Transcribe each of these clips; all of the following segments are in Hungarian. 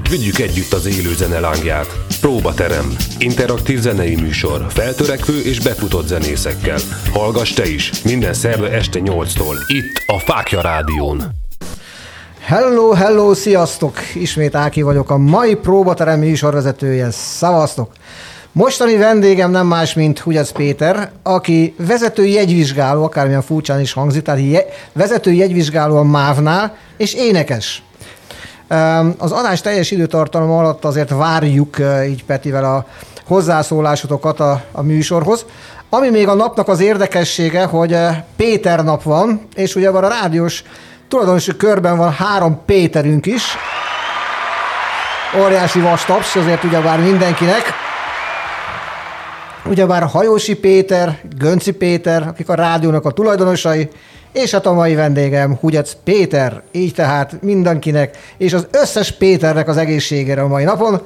Vigyük együtt az élő zene lángját. Próbaterem. Interaktív zenei műsor. Feltörekvő és befutott zenészekkel. Hallgass te is. Minden szerda este 8-tól. Itt a Fáklya Rádión. Hello, sziasztok! Ismét Áki vagyok, a mai Próbaterem műsorvezetője. Szavaztok! Mostani vendégem nem más, mint Hugyacz Péter, aki vezető jegyvizsgáló, akármilyen furcsán is hangzik, tehát vezető jegyvizsgáló a MÁV-nál, és énekes. Az adás teljes időtartalom alatt azért várjuk így Petivel a hozzászólásotokat a műsorhoz. Ami még a napnak az érdekessége, hogy Péter nap van, és ugyebár a rádiós tulajdonosi körben van 3 Péterünk is. Óriási vastaps, azért ugyebár mindenkinek. Ugyebár Hajósi Péter, Gönci Péter, akik a rádiónak a tulajdonosai, és hát a mai vendégem Hugyacz Péter, így tehát mindenkinek, és az összes Péternek az egészségére a mai napon.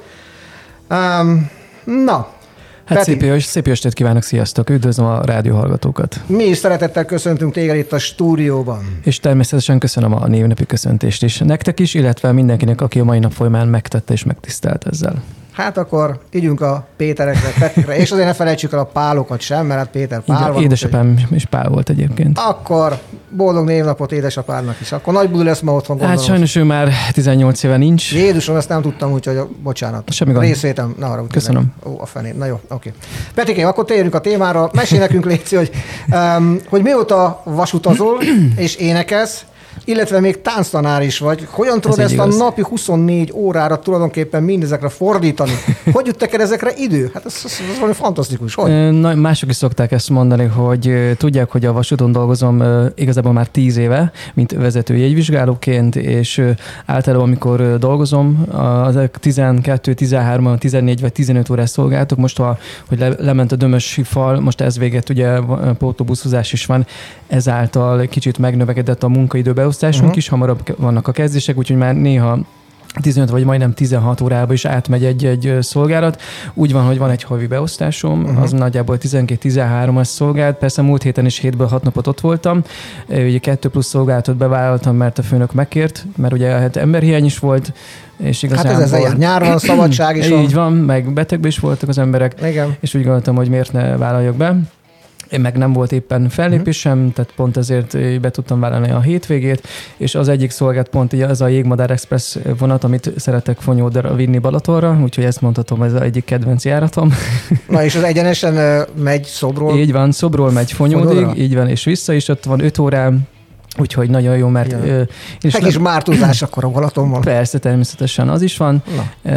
Hát szép estét kívánok, sziasztok, üdvözlöm a rádióhallgatókat. Mi is szeretettel köszöntünk téged itt a stúdióban. És természetesen köszönöm a névnapi köszöntést is nektek is, illetve mindenkinek, aki a mai nap folyamán megtette és megtisztelt ezzel. Hát akkor ígyünk a Péterekre, Petikre, és azért ne felejtsük el a Pálokat sem, mert hát Péter Pál van. Édesapám is Pál volt egyébként. Akkor boldog névnapot édesapádnak is. Akkor nagy buli lesz ma otthon, gondolom. Hát sajnos ő már 18 éve nincs. Jézusom, ezt nem tudtam, úgyhogy bocsánat. Semmi gond. Részvétem, ne haragudj. Köszönöm. Ó, a fenét. Na jó, oké. Petikém, akkor térjünk a témára. Mesélj nekünk, Léci, hogy mióta vasutazol és énekelsz, illetve még tánctanár is vagy. Hogyan tudod ezt a napi 24 órára tulajdonképpen mindezekre fordítani? Hogy jut neked ezekre idő? Hát ez valami fantasztikus. Hogy? Mások is szokták ezt mondani, hogy tudják, hogy a vasúton dolgozom igazából már 10 éve, mint vezető jegyvizsgálóként, és általában amikor dolgozom, azok 12, 13, 14 vagy 15 órás szolgáltok. Most, hogy lement a dömösi fal, most ez véget, ugye pótlóbuszozás is van, ezáltal kicsit megnövekedett a munkaidőbeosztásunk is, hamarabb vannak a kezdések, úgyhogy már néha 15 vagy majdnem 16 órába is átmegy egy szolgálat. Úgy van, hogy van egy havi beosztásom, az nagyjából 12-13-as szolgálat. Persze múlt héten is 7-ből 6 napot ott voltam. Ugye 2 plusz szolgálatot bevállaltam, mert a főnök megkért, mert ugye hát emberhiány is volt. És igazából... Hát ez nyár van, szabadság is van. Így van, meg betegben is voltak az emberek. Igen. És úgy gondoltam, hogy miért ne vállaljak be. Én meg nem volt éppen fellépésem, tehát pont ezért be tudtam vállalni a hétvégét, és az egyik szolgált pont az a Jégmadár Express vonat, amit szeretek Fonyódra vinni Balatonra, úgyhogy ezt mondhatom, ez az egyik kedvenc járatom. Na és az egyenesen megy Szobról? Így van, Szobról megy Fonyódig, így van, és vissza is, ott van 5 órám, úgyhogy nagyon jó, mert... Kis mártúzás akkor a Balatonban. Persze, természetesen az is van.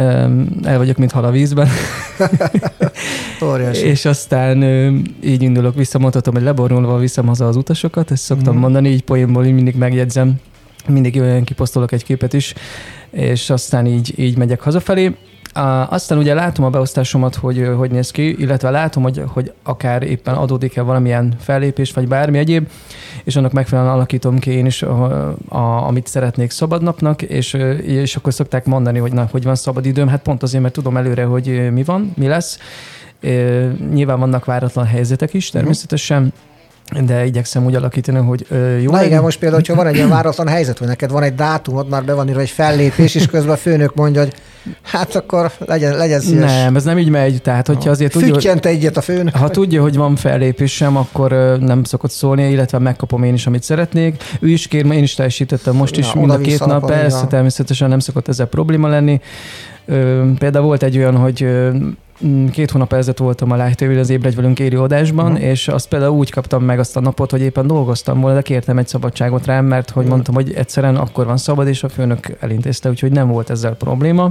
El vagyok, mint hal a vízben. És aztán így indulok vissza, mondhatom, hogy leborulva viszem haza az utasokat, ezt szoktam mondani, így poénból mindig megjegyzem, mindig olyan kiposztolok egy képet is, és aztán így megyek hazafelé. Aztán ugye látom a beosztásomat, hogy néz ki, illetve látom, hogy akár éppen adódik-e valamilyen fellépés, vagy bármi egyéb, és annak megfelelően alakítom ki én is, amit szeretnék szabadnapnak, és akkor szokták mondani, hogy van szabad időm, hát pont azért, mert tudom előre, hogy mi lesz. Nyilván vannak váratlan helyzetek is, természetesen, de igyekszem úgy alakítani, hogy jó. Na igen, most például, hogyha van egy ilyen váratlan helyzet, hogy neked van egy dátumod, már be van írva egy fellépés, és közben a főnök mondja, hogy hát akkor legyen szíves. Nem, ez nem így megy. Tehát, hogyha azért füttyent egyet a főnök. Ha tudja, hogy van fellépésem, akkor nem szokott szólni, illetve megkapom én is, amit szeretnék. Ő is kér, én is teljesítettem most is mind a 2 nap. Persze, természetesen nem szokott ezzel probléma lenni. Például volt egy olyan, hogy 2 hónap ezelőtt voltam a Live TV-n az Ébredj velünk élő adásban, és azt például úgy kaptam meg azt a napot, hogy éppen dolgoztam volna, de kértem egy szabadságot rám, mert hogy mondtam, hogy egyszerűen akkor van szabad, és a főnök elintézte, úgyhogy nem volt ezzel probléma.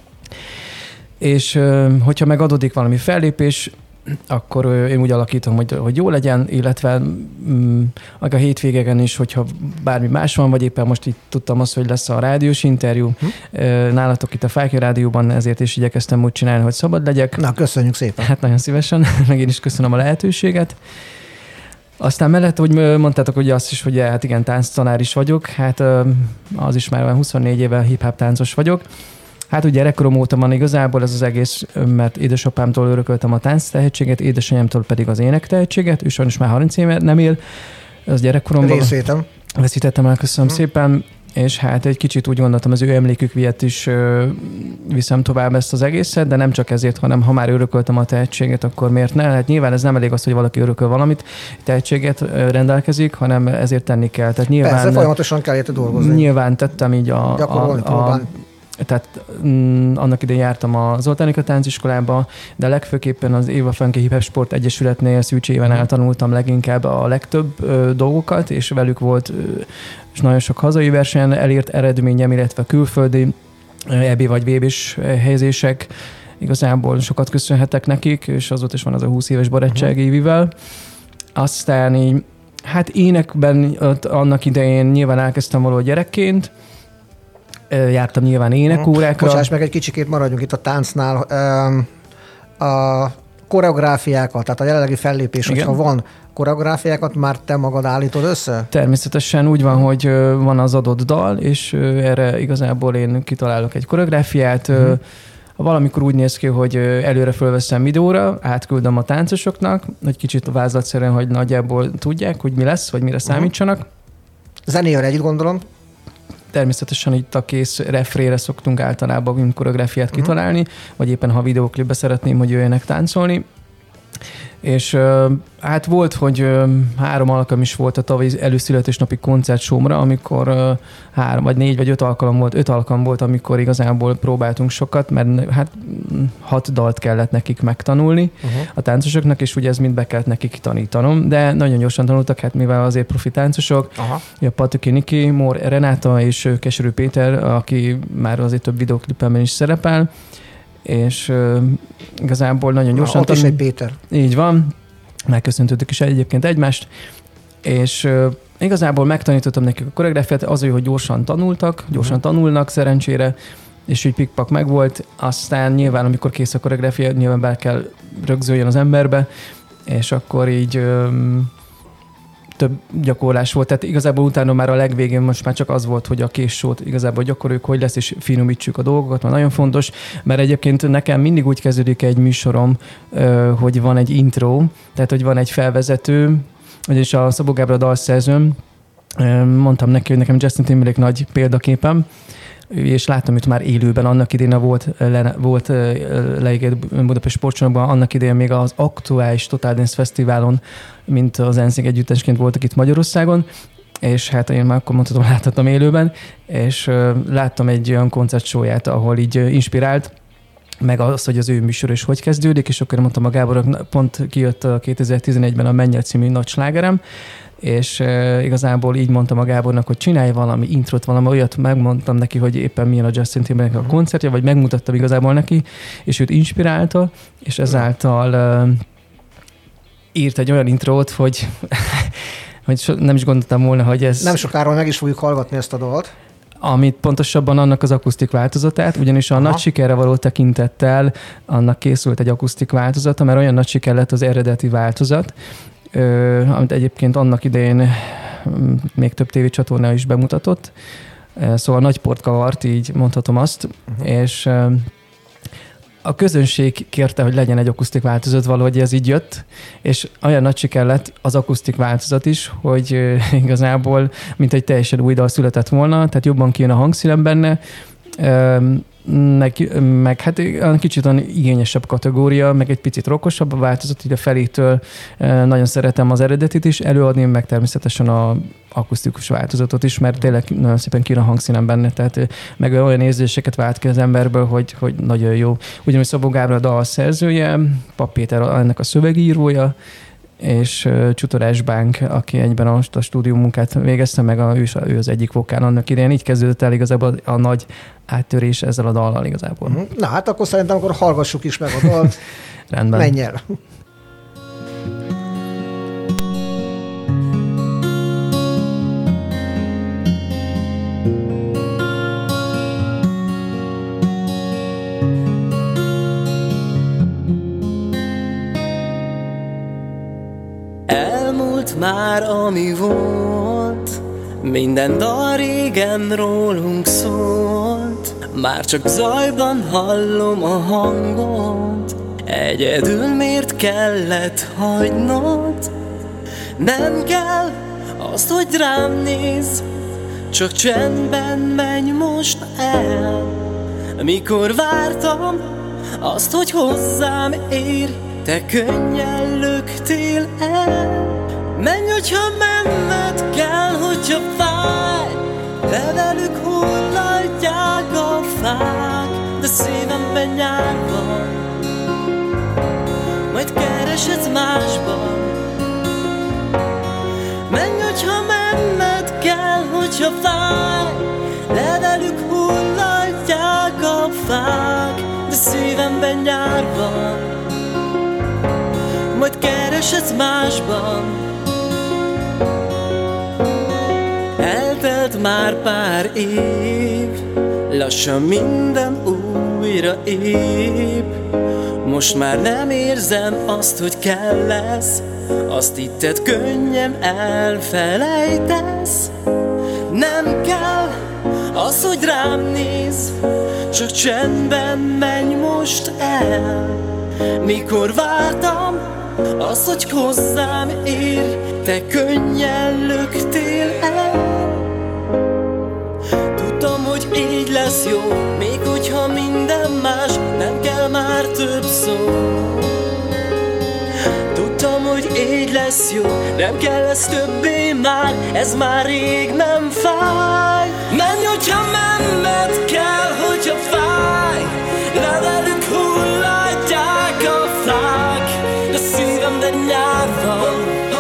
És hogyha megadódik valami fellépés, akkor én úgy alakítom, hogy jó legyen, illetve a hétvégeken is, hogyha bármi más van, vagy éppen most így tudtam azt, hogy lesz a rádiós interjú nálatok itt a Fáklya Rádióban, ezért is igyekeztem úgy csinálni, hogy szabad legyek. Na, köszönjük szépen. Hát nagyon szívesen, meg én is köszönöm a lehetőséget. Aztán mellett, hogy mondtátok ugye azt is, hogy hát igen, tánctanár is vagyok, hát az is már 24 éve hip-hop táncos vagyok. Hát ugye gyerekkorom óta van igazából ez az egész, mert édesapámtól örököltem a tánc tehetséget, édesanyámtól pedig az ének tehetséget, ő sajnos már 30 éve nem él, az gyerekkoromban. Részvétem. Veszítettem el, köszönöm szépen, és hát egy kicsit úgy gondoltam, az ő emlékük miatt is viszem tovább ezt az egészet, de nem csak ezért, hanem ha már örököltem a tehetséget, akkor miért ne? Hát nyilván ez nem elég az, hogy valaki örököl valamit, tehetséget rendelkezik, hanem ezért tenni kell. Tehát nyilván, persze, folyamatosan kell érte dolgozni. Nyilván tettem így tehát annak idején jártam a Zoltánika tánciskolába, de legfőképpen az Éva Fenke Hip Hop Sport Egyesületnél Szűcs Éven tanultam leginkább a legtöbb dolgokat, és velük volt és nagyon sok hazai versenyen elért eredményem, illetve külföldi EB vagy VB-s helyezések. Igazából sokat köszönhetek nekik, és azóta is van az a 20 éves barátság Évivel. Aztán így, hát énekben annak idején nyilván elkezdtem valahogy gyerekként, jártam nyilván énekórákra. Bocsáss meg, egy kicsikét maradjunk itt a táncnál. A koreográfiákat, tehát a jelenlegi fellépés, hogyha van koreográfiákat, már te magad állítod össze? Természetesen úgy van, hogy van az adott dal, és erre igazából én kitalálok egy koreográfiát. Valamikor úgy néz ki, hogy előre fölveszem videóra, átküldöm a táncosoknak, egy kicsit vázlatszerűen, hogy nagyjából tudják, hogy mi lesz, vagy mire számítsanak. Zenéjel együtt gondolom? Természetesen itt a kész refrére szoktunk általában koreográfiát kitalálni, vagy éppen ha videóklipbe szeretném, hogy jöjjenek táncolni. És hát volt, hogy 3 alkalom is volt a tavalyi előszületésnapi koncertsómra, amikor 3 vagy 4 vagy 5 alkalom volt. 5 alkalom volt, amikor igazából próbáltunk sokat, mert hát 6 dalt kellett nekik megtanulni a táncosoknak, és ugye ez mind be kellett nekik tanítanom, de nagyon gyorsan tanultak, hát mivel azért profi táncosok. A Patiki Niki, Mór Renáta és Keserű Péter, aki már azért több videóklipemben is szerepel, és igazából nagyon gyorsan... Ott is egy Péter. Így van, megköszöntődök is egyébként egymást, és igazából megtanítottam nekik a koreográfiát, azért, hogy gyorsan tanultak, gyorsan tanulnak szerencsére, és így pikpak megvolt, aztán nyilván, amikor kész a koreográfia, nyilván be kell rögzüljön az emberbe, és akkor így több gyakorlás volt. Tehát igazából utána már a legvégén most már csak az volt, hogy a késsót igazából gyakoroljuk, hogy lesz, és finomítsuk a dolgokat, mert nagyon fontos, mert egyébként nekem mindig úgy kezdődik egy műsorom, hogy van egy intro, tehát hogy van egy felvezető, vagyis a Szabó Gábor a dalszerzőm, mondtam neki, hogy nekem Justin Timberlake nagy példaképem, és láttam őt már élőben, annak idején volt leégett Budapest Sportcsarnokban, annak idején még az aktuális Total Dance Fesztiválon, mint az NSYNC együttesként voltak itt Magyarországon, és hát én már akkor mondhatom, láthattam élőben, és láttam egy olyan koncertsóját, ahol így inspirált, meg az, hogy az ő műsor is hogy kezdődik, és akkor mondtam a Gábornak, pont kijött a 2011-ben a Mennyel című nagy slágerem, és igazából így mondtam a Gábornak, hogy csinálj valami introt, valami olyat, megmondtam neki, hogy éppen milyen a Justin Timberlake a koncertje, vagy megmutattam igazából neki, és őt inspirálta, és ezáltal írt egy olyan intrót, hogy, hogy nem is gondoltam volna, hogy ez... Nem sokára meg is fogjuk hallgatni ezt a dalt. Amit pontosabban annak az akusztik változatát, ugyanis a nagy sikerre való tekintettel annak készült egy akusztik változata, mert olyan nagy siker lett az eredeti változat, amit egyébként annak idején még több tévécsatorna is bemutatott. Szóval nagy port kavart, így mondhatom azt, és a közönség kérte, hogy legyen egy akusztik változat, valahogy ez így jött, és olyan nagy siker lett az akusztik változat is, hogy igazából mint egy teljesen új dal született volna, tehát jobban kijön a hangszínem benne, meg hát kicsit olyan igényesebb kategória, meg egy picit rockosabb a változat, így a felétől nagyon szeretem az eredetit is előadni, meg természetesen a akusztikus változatot is, mert tényleg nagyon szépen kijön a hangszínem benne, tehát meg olyan érzéseket vált ki az emberből, hogy nagyon jó. Ugyanúgy Szabó Gábor a dal szerzője, Pap Péter ennek a szövegírója, és Csutorás Bánk, aki egyben a stúdió munkát végezte, meg ő az egyik vokál annak idején. Így kezdődött el igazából a nagy áttörés ezzel a dallal igazából. Na hát akkor szerintem akkor hallgassuk is meg a dalt. Rendben. Menj el! Már ami volt, minden dal régen rólunk szólt. Már csak zajban hallom a hangot, egyedül miért kellett hagynod? Nem kell azt, hogy rám néz, csak csendben menj most el. Mikor vártam azt, hogy hozzám ér, te könnyen löktél el. Menj, hogyha menned kell, hogyha fáj, levelük hullatják a fák, de szívemben nyár van, majd keresed másban. Menj, hogyha menned kell, hogyha fáj, levelük hullatják a fák, de szívemben nyár van, majd keresed másban. Eltelt már pár év, lassan minden újra épp. Most már nem érzem azt, hogy kell lesz, azt hitted könnyen elfelejtesz. Nem kell az, hogy rám néz, csak csendben menj most el. Mikor vártam az, hogy hozzám ér, te könnyen löktél el. Tudtam, hogy így lesz jó, még hogyha minden más, nem kell már több szó. Tudtam, hogy így lesz jó, nem kell ez többé már, ez már rég nem fáj. Menj, hogyha menned kell, hogyha fáj, levelük hullatják a fák, de szívemben nyár van,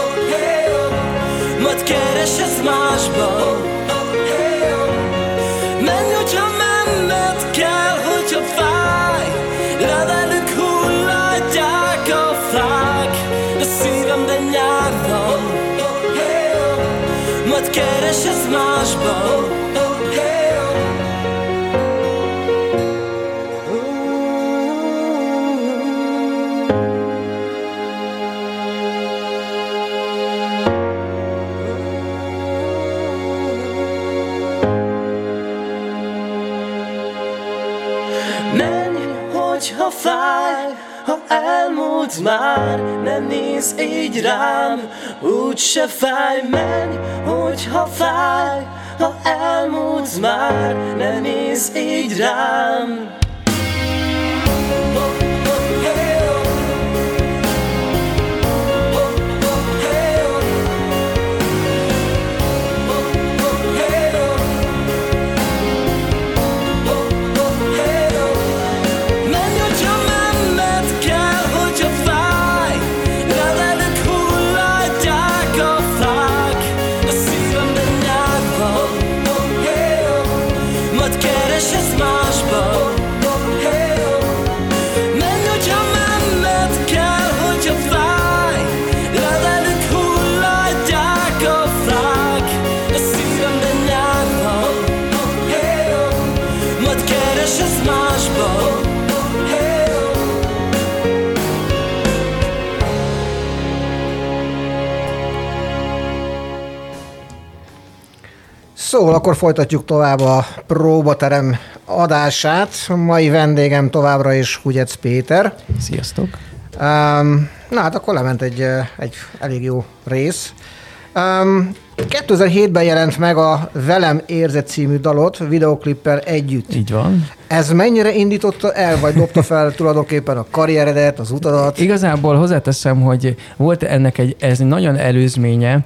majd keresed másban. Menj, hogyha menned kell, hogyha fáj, levelük hullatják a fák, de szívemben nyár van, majd keresed másban. Ha fáj, ha elmúlt már, ne nézz így rám, úgyse fáj. Menj, hogyha fáj, ha elmúlt már, ne nézz így rám. Szóval akkor folytatjuk tovább a próbaterem adását. Mai vendégem továbbra is Hugyec Péter. Sziasztok! Na hát akkor lement egy elég jó rész. 2007-ben jelent meg a Velem érzed című dalot videoklippel együtt. Így van. Ez mennyire indította el, vagy dobta fel tulajdonképpen a karrieredet, az utadat? Igazából hozzáteszem, hogy volt ennek ez nagyon előzménye.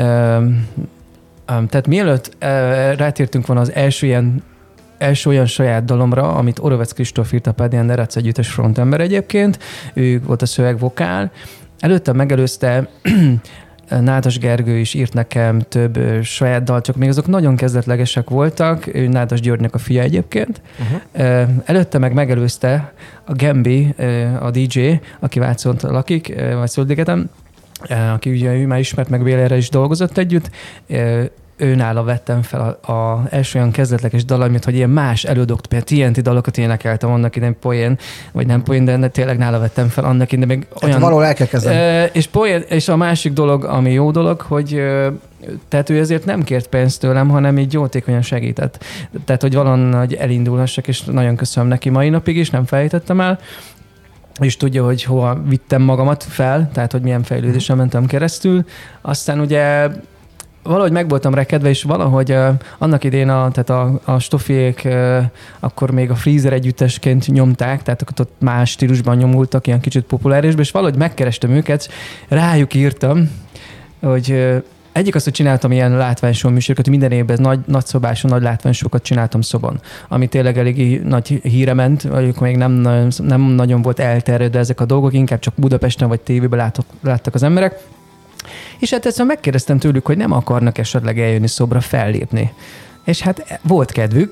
Tehát mielőtt rátértünk volna az első olyan saját dalomra, amit Orovec Kristóf írt, a Pádián Neretsz együttes frontember egyébként, ő volt a szövegvokál. Előtte megelőzte Nádas Gergő is írt nekem több saját dalt, csak még azok nagyon kezdetlegesek voltak, ő Nádas Györgynek a fia egyébként. Előtte megelőzte a Gembi, a DJ, aki Vácont lakik, vagy Szöldégeten, aki ugye ő már ismert, meg Bélerre is dolgozott együtt. Őnála vettem fel az első olyan kezdetleges dalamit, hogy ilyen más elődök, például TNT dalokat énekeltem annak idején, poén, vagy nem poén, de tényleg nála vettem fel annak idején. Még olyan, valahol el kell kezdeni. És a másik dolog, ami jó dolog, hogy tehát ő ezért nem kért pénzt tőlem, hanem így jótékonyan segített. Tehát, hogy valahogy elindulhassak, és nagyon köszönöm neki mai napig is, nem felejtettem el. És tudja, hogy hova vittem magamat fel, tehát, hogy milyen fejlődésen mentem keresztül. Aztán ugye valahogy meg voltam rekedve, és valahogy annak idén tehát a Stofiék akkor még a Freezer együttesként nyomták, tehát ott más stílusban nyomultak, ilyen kicsit populárisban, és valahogy megkerestem őket, rájuk írtam, hogy egyik azt, hogy csináltam ilyen látványshow műsorokat, minden évben nagyszobáson nagy látványshowokat csináltam szobon, ami tényleg elég nagy híre ment, vagy még nem nagyon volt elterjedve ezek a dolgok, inkább csak Budapesten vagy tévében láttak az emberek. És hát ezt megkérdeztem tőlük, hogy nem akarnak esetleg eljönni szobra fellépni. És hát volt kedvük.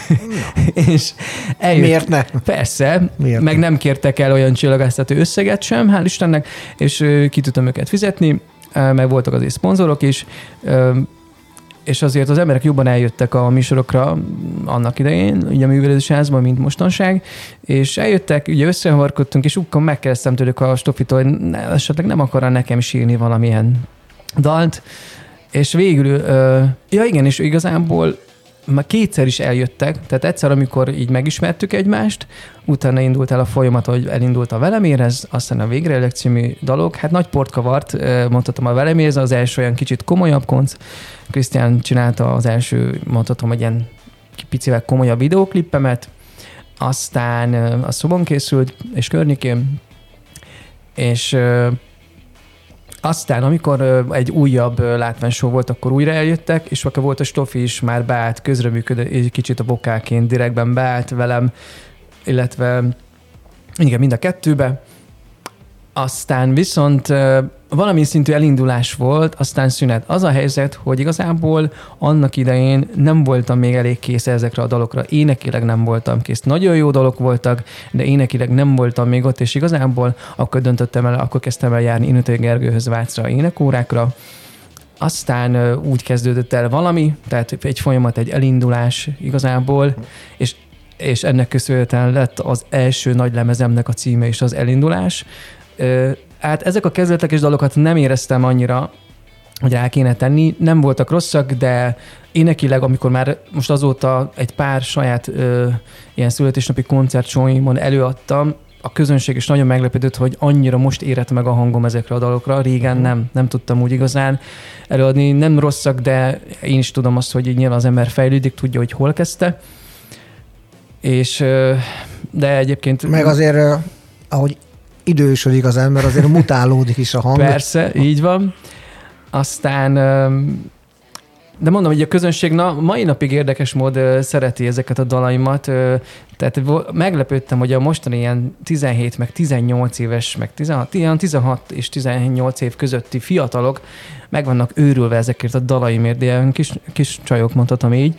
És miért ne? Persze, miért meg nem kértek el olyan csillagáztató összeget sem, hál' Istennek, és ki tudtam őket fizetni, meg voltak azért szponzorok is, és azért az emberek jobban eljöttek a műsorokra annak idején, ugye a művelődési házban, mint mostanság, és eljöttek, ugye összeharkodtunk, és akkor megkérdeztem tőlük a Stofitól, hogy esetleg nem akarna nekem sírni valamilyen dalt, és végül, ja igen, és igazából már kétszer is eljöttek, tehát egyszer, amikor így megismertük egymást, utána indult el a folyamat, hogy elindult a Velem érez, aztán a Végre című dalok, hát nagy port kavart, mondhatom a Velem érez, az első olyan kicsit komolyabb konc, Krisztián csinálta az első, mondhatom, egy ilyen picivel komolyabb videóklippemet, aztán a szobon készült, és környékén, és aztán, amikor egy újabb látványshow volt, akkor újra eljöttek, és akkor volt a Stofi is, már beállt, közreműködött, egy kicsit a vokálként direktben beállt velem, illetve igen, mind a kettőbe. Aztán viszont valami szintű elindulás volt, aztán szünet. Az a helyzet, hogy igazából annak idején nem voltam még elég kész ezekre a dalokra. Énekileg nem voltam kész. Nagyon jó dalok voltak, de énekileg nem voltam még ott, és igazából akkor kezdtem el járni Inutai Gergőhöz Vácra énekórákra. Aztán úgy kezdődött el valami, tehát egy folyamat, egy elindulás igazából, és ennek köszönhetően lett az első nagy lemezemnek a címe és az Elindulás. Hát ezek a kezdetleges dalokat nem éreztem annyira, hogy rá kéne tenni. Nem voltak rosszak, de énekileg, amikor már most azóta egy pár saját ilyen születésnapi koncertsóimon előadtam, a közönség is nagyon meglepődött, hogy annyira most érett meg a hangom ezekre a dalokra. Régen nem tudtam úgy igazán előadni. Nem rosszak, de én is tudom azt, hogy nyilván az ember fejlődik, tudja, hogy hol kezdte. És, de egyébként... Meg azért, ahogy idősödik az ember, azért mutálódik is a hang. Persze, így van. Aztán, de mondom, hogy a közönség mai napig érdekes mód szereti ezeket a dalaimat, tehát meglepődtem, hogy a mostani ilyen 17, meg 18 éves, meg 16 és 18 év közötti fiatalok meg vannak őrülve ezekért a dalaimért, de ilyen kis csajok, mondhatom így,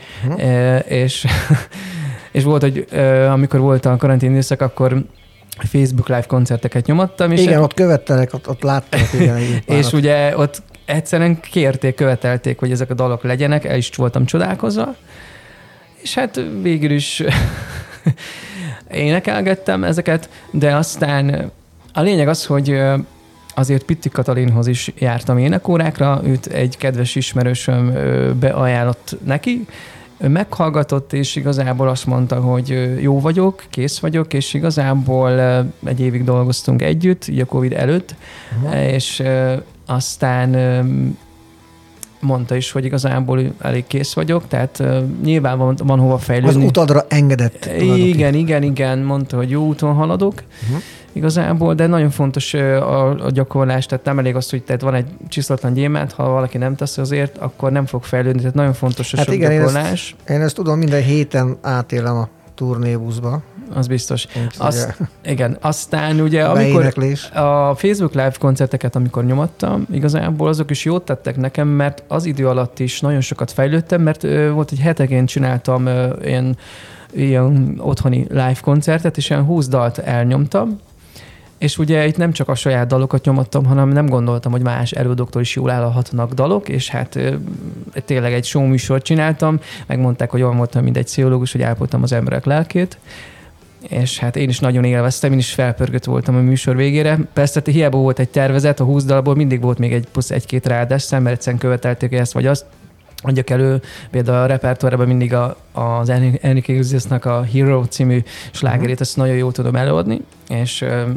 és volt, hogy amikor volt a karantén időszak, akkor Facebook Live koncerteket nyomattam. És igen, ott követtelek, ott láttam. És ugye ott egyszerűen követelték, hogy ezek a dalok legyenek, el is voltam csodálkozva, és hát végül is énekelgettem ezeket, de aztán a lényeg az, hogy azért Pitti Katalinhoz is jártam énekórákra, őt egy kedves ismerősöm beajánlott neki, meghallgatott, és igazából azt mondta, hogy jó vagyok, kész vagyok, és igazából egy évig dolgoztunk együtt, ugye a Covid előtt, és aztán mondta is, hogy igazából elég kész vagyok, tehát nyilván van hova fejlődni. Az utadra engedett. Igen, mondta, hogy jó úton haladok. Igazából, de nagyon fontos a gyakorlás, tehát nem elég az, hogy tehát van egy csiszlatlan gyémánt, ha valaki nem tesz azért, akkor nem fog fejlődni, tehát nagyon fontos a sok gyakorlás. Én ezt tudom, minden héten átélem a turnébuszba. Az biztos. Igen, aztán ugye amikor a Facebook Live koncerteket, amikor nyomattam, igazából azok is jót tettek nekem, mert az idő alatt is nagyon sokat fejlődtem, mert volt, hogy heteként csináltam ilyen otthoni live koncertet, és ilyen 20 dalt elnyomtam, és ugye itt nem csak a saját dalokat nyomattam, hanem nem gondoltam, hogy más előadóktól is jól állhatnak dalok, és hát tényleg egy show műsort csináltam, megmondták, hogy olyan voltam, mint egy pszichológus, hogy ápoltam az emberek lelkét, és hát én is nagyon élveztem, én is felpörgött voltam a műsor végére. Persze hiába volt egy tervezet, a 20 dalból mindig volt még plusz egy-két ráadás, mert egyszerűen követelték ezt vagy azt, adjak elő, például a repertoárban mindig az Enrique Iglesiasnak a Hero című slágerét, ezt nagyon jól tudom előadni, és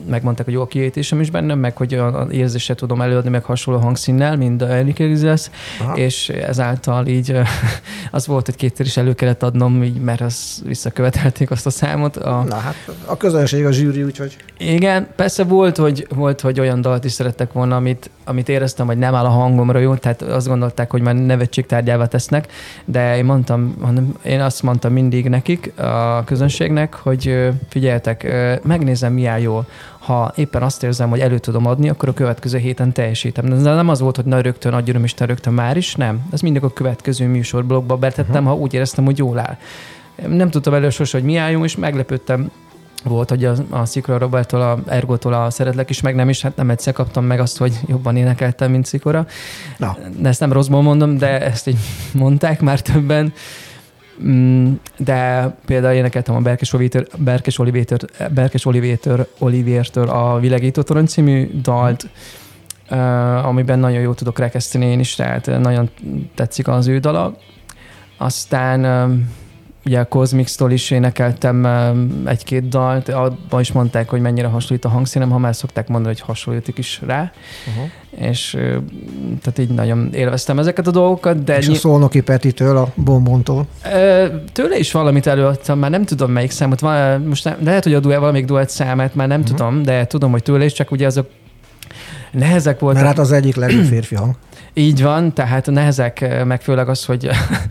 megmondták, hogy jó a kiejtésem is bennem, meg hogy az érzéssel tudom előadni, meg hasonló hangszínnel, mint a Enrique Iglesias, és ezáltal így az volt, hogy kétszer is elő kellett adnom, így, mert az visszakövetelték azt a számot. Na hát a közönség, a zsűri, úgyhogy... Igen, persze volt, hogy olyan dalt is szerettek volna, amit éreztem, hogy nem áll a hangomra jó, tehát azt gondolták, hogy már nevetségtárgyává tesznek, de én azt mondtam mindig nekik, a közönségnek, hogy figyeljetek, megnézem, mi áll jól. Ha éppen azt érzem, hogy elő tudom adni, akkor a következő héten teljesítem. De nem az volt, hogy na rögtön, adjon Isten rögtön már is, nem. Ez mindig a következő műsorblogba betettem, ha úgy éreztem, hogy jól áll. Nem tudtam először, hogy mi áll jó, és meglepődtem. Volt, hogy a Szikora Roberttól, a Ergótól a Szeretlek is, meg nem is, hát nem egyszer kaptam meg azt, hogy jobban énekeltem, mint Szikora. No. De ezt nem rosszból mondom, de ezt így mondták már többen. De például énekeltem a Berkes Olivértől a Világító Torony című dalt, amiben nagyon jól tudok rekeszteni én is, tehát nagyon tetszik az ő dala. Aztán ugye a Cosmix-tól is énekeltem egy-két dalt, abban is mondták, hogy mennyire hasonlít a hangszínem, ha már szokták mondani, hogy hasonlítik is rá. És tehát így nagyon élveztem ezeket a dolgokat. De és a Szolnoki Petitől, a Bonbontól? Tőle is valamit előadtam, már nem tudom melyik számot. Most lehet, hogy a valamelyik duett számát már nem tudom, de tudom, hogy tőle is, csak ugye azok nehezek voltak. Mert hát az egyik legjobb férfi hang. Így van, tehát nehezek, meg főleg az, hogy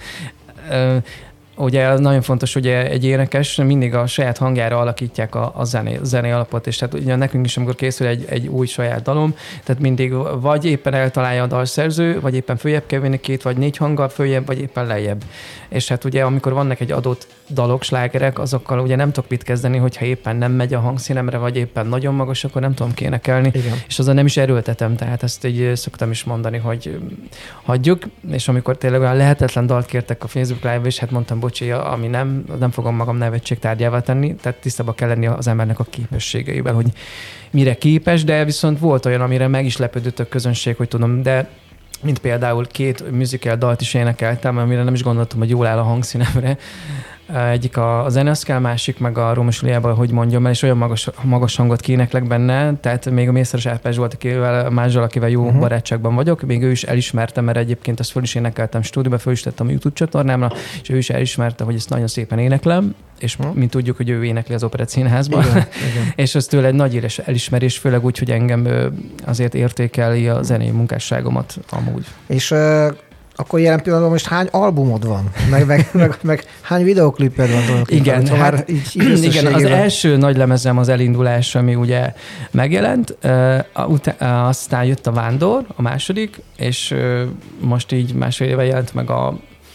ugye nagyon fontos, hogy egy énekes mindig a saját hangjára alakítják a zené alapot, és tehát ugye nekünk is, amikor készül egy új saját dalom, tehát mindig vagy éppen eltalálja a dalszerző, vagy éppen följebb kell vinni 2 vagy 4 hanggal följebb, vagy éppen lejjebb. És hát ugye amikor vannak egy adott dalok, slágerek, azokkal ugye nem tudok mit kezdeni, hogyha éppen nem megy a hangszínemre, vagy éppen nagyon magas, akkor nem tudom énekelni, és azzal nem is erőltetem, tehát ezt így szoktam is mondani, hogy hagyjuk, és amikor tényleg olyan lehetetlen dalt kértek a Facebook Live-ba, és hát mondtam, bocsi, ami nem fogom magam nevetségtárgyává tenni, tehát tisztában kell lenni az embernek a képességeivel, hogy mire képes, de viszont volt olyan, amire meg is lepődött a közönség, hogy tudom, de mint például 2 musical dalt is énekeltem, amire nem is gondoltam, hogy jól áll a hangszínemre. Egyik a Zeneszkel, másik meg a Rómos Juliában, hogy mondjam el, és olyan magas hangot kéneklek benne, tehát még a Mészáros Árpás volt, akivel jó barátságban vagyok, még ő is elismerte, mert egyébként azt föl is énekeltem stúdióba, föl is tettem a YouTube csatornámra, és ő is elismerte, hogy ezt nagyon szépen éneklem, és mint tudjuk, hogy ő énekli az Operett Színházban, és az tőle egy nagy elismerés, főleg úgy, hogy engem azért értékeli a zenei munkásságomat amúgy. És akkor jelen pillanatban most hány albumod van? Meg hány videokliped van? Igen, igen, az első nagy lemezem az Elindulás, ami ugye megjelent, aztán jött a Vándor, a második, és most így másfél éve jelent meg a